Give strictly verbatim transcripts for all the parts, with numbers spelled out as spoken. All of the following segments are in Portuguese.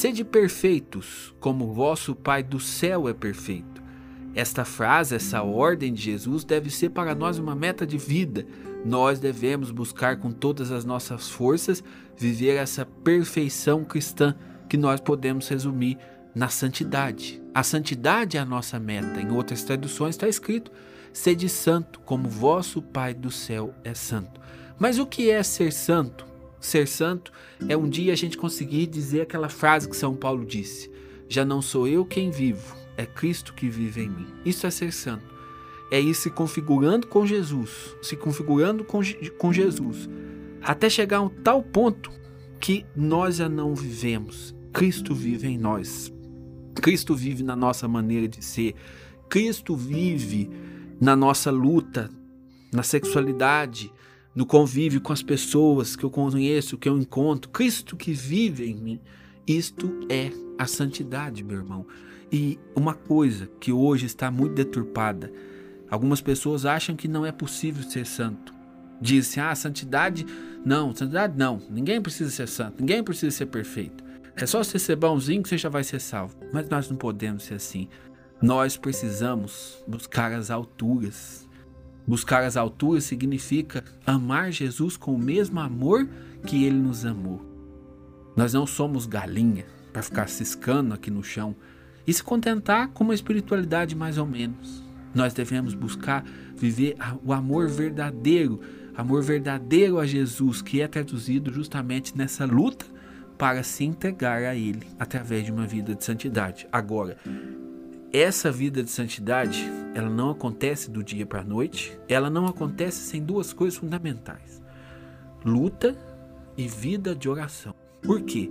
Sede perfeitos, como vosso Pai do céu é perfeito. Esta frase, essa ordem de Jesus deve ser para nós uma meta de vida. Nós devemos buscar com todas as nossas forças viver essa perfeição cristã que nós podemos resumir na santidade. A santidade é a nossa meta. Em outras traduções está escrito: sede santo, como vosso Pai do céu é santo. Mas o que é ser santo? Ser santo é um dia a gente conseguir dizer aquela frase que São Paulo disse: já não sou eu quem vivo, é Cristo que vive em mim. Isso é ser santo. É ir se configurando com Jesus, se configurando com, com Jesus, até chegar a um tal ponto que nós já não vivemos. Cristo vive em nós. Cristo vive na nossa maneira de ser. Cristo vive na nossa luta, na sexualidade, no convívio com as pessoas que eu conheço, que eu encontro. Cristo que vive em mim. Isto é a santidade, meu irmão. E uma coisa que hoje está muito deturpada: algumas pessoas acham que não é possível ser santo. Dizem, ah, santidade, não, santidade não. Ninguém precisa ser santo, ninguém precisa ser perfeito. É só você ser bonzinho que você já vai ser salvo. Mas nós não podemos ser assim. Nós precisamos buscar as alturas. Buscar as alturas significa amar Jesus com o mesmo amor que Ele nos amou. Nós não somos galinha para ficar ciscando aqui no chão e se contentar com uma espiritualidade mais ou menos. Nós devemos buscar viver o amor verdadeiro, amor verdadeiro a Jesus, que é traduzido justamente nessa luta para se entregar a Ele através de uma vida de santidade. Agora, essa vida de santidade, ela não acontece do dia para a noite, ela não acontece sem duas coisas fundamentais: luta e vida de oração. Por quê?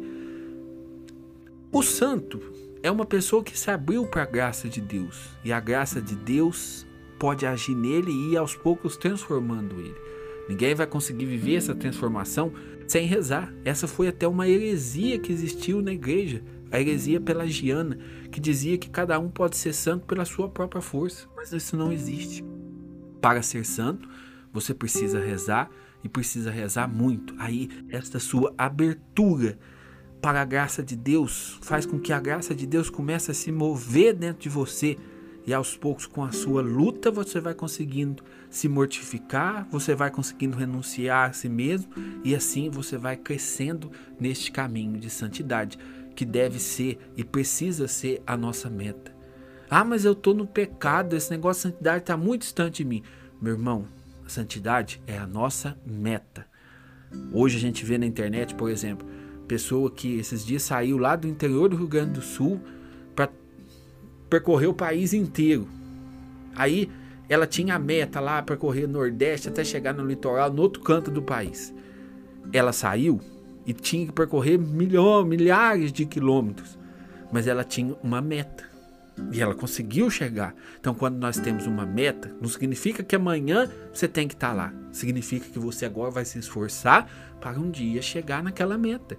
O santo é uma pessoa que se abriu para a graça de Deus, e a graça de Deus pode agir nele e ir aos poucos transformando ele. Ninguém vai conseguir viver essa transformação sem rezar. Essa foi até uma heresia que existiu na igreja, a heresia pelagiana, que dizia que cada um pode ser santo pela sua própria força, mas isso não existe. Para ser santo, você precisa rezar, e precisa rezar muito. Aí, esta sua abertura para a graça de Deus faz com que a graça de Deus comece a se mover dentro de você, e aos poucos, com a sua luta, você vai conseguindo se mortificar, você vai conseguindo renunciar a si mesmo, e assim você vai crescendo neste caminho de santidade, que deve ser e precisa ser a nossa meta. Ah, mas eu estou no pecado, esse negócio de santidade está muito distante de mim. Meu irmão, a santidade é a nossa meta. Hoje a gente vê na internet, por exemplo, pessoa que esses dias saiu lá do interior do Rio Grande do Sul para percorrer o país inteiro. Aí ela tinha a meta lá, percorrer o Nordeste até chegar no litoral, no outro canto do país. Ela saiu e tinha que percorrer milhões, milhares de quilômetros, mas ela tinha uma meta. E ela conseguiu chegar. Então, quando nós temos uma meta, não significa que amanhã você tem que estar lá. Significa que você agora vai se esforçar para um dia chegar naquela meta.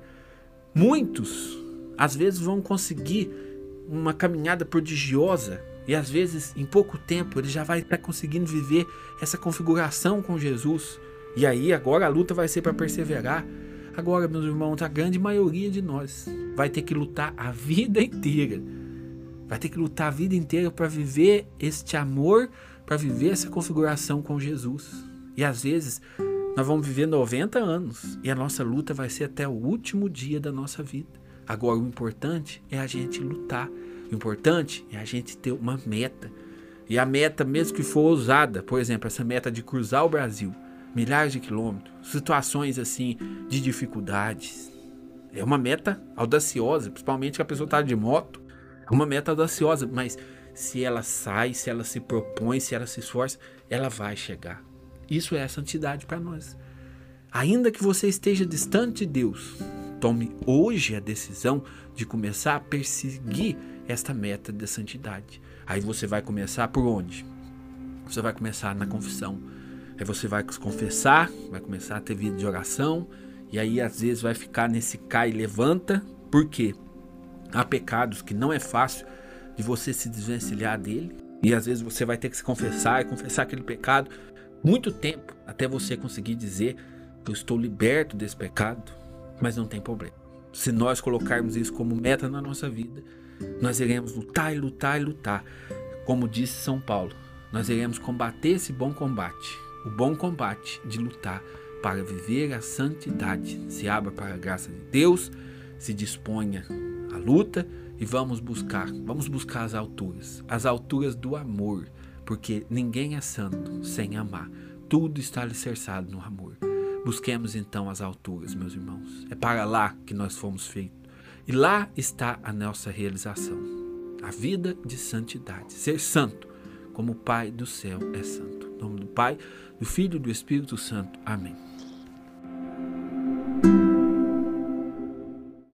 Muitos, às vezes, vão conseguir uma caminhada prodigiosa. E às vezes, em pouco tempo, ele já vai estar conseguindo viver essa configuração com Jesus. E aí, agora a luta vai ser para perseverar. Agora, meus irmãos, a grande maioria de nós vai ter que lutar a vida inteira. Vai ter que lutar a vida inteira para viver este amor, para viver essa configuração com Jesus. E às vezes nós vamos viver noventa anos e a nossa luta vai ser até o último dia da nossa vida. Agora, o importante é a gente lutar. O importante é a gente ter uma meta. E a meta, mesmo que for ousada, por exemplo, essa meta de cruzar o Brasil, milhares de quilômetros, situações assim de dificuldades, é uma meta audaciosa, principalmente que a pessoa está de moto. É uma meta audaciosa, mas se ela sai, se ela se propõe, se ela se esforça, ela vai chegar. Isso é a santidade para nós. Ainda que você esteja distante de Deus, tome hoje a decisão de começar a perseguir esta meta da santidade. Aí você vai começar por onde? Você vai começar na confissão. Aí você vai se confessar, vai começar a ter vida de oração, e aí às vezes vai ficar nesse cai e levanta. Por quê? Há pecados que não é fácil de você se desvencilhar dele. E às vezes você vai ter que se confessar e confessar aquele pecado muito tempo até você conseguir dizer que eu estou liberto desse pecado. Mas não tem problema. Se nós colocarmos isso como meta na nossa vida, nós iremos lutar e lutar e lutar. Como disse São Paulo, nós iremos combater esse bom combate, o bom combate de lutar para viver a santidade. Se abra para a graça de Deus, se disponha à luta e vamos buscar, vamos buscar as alturas, as alturas do amor, porque ninguém é santo sem amar. Tudo está alicerçado no amor. Busquemos então as alturas, meus irmãos. É para lá que nós fomos feitos. E lá está a nossa realização. A vida de santidade. Ser santo, como o Pai do céu é santo. Em nome do Pai, do Filho e do Espírito Santo. Amém.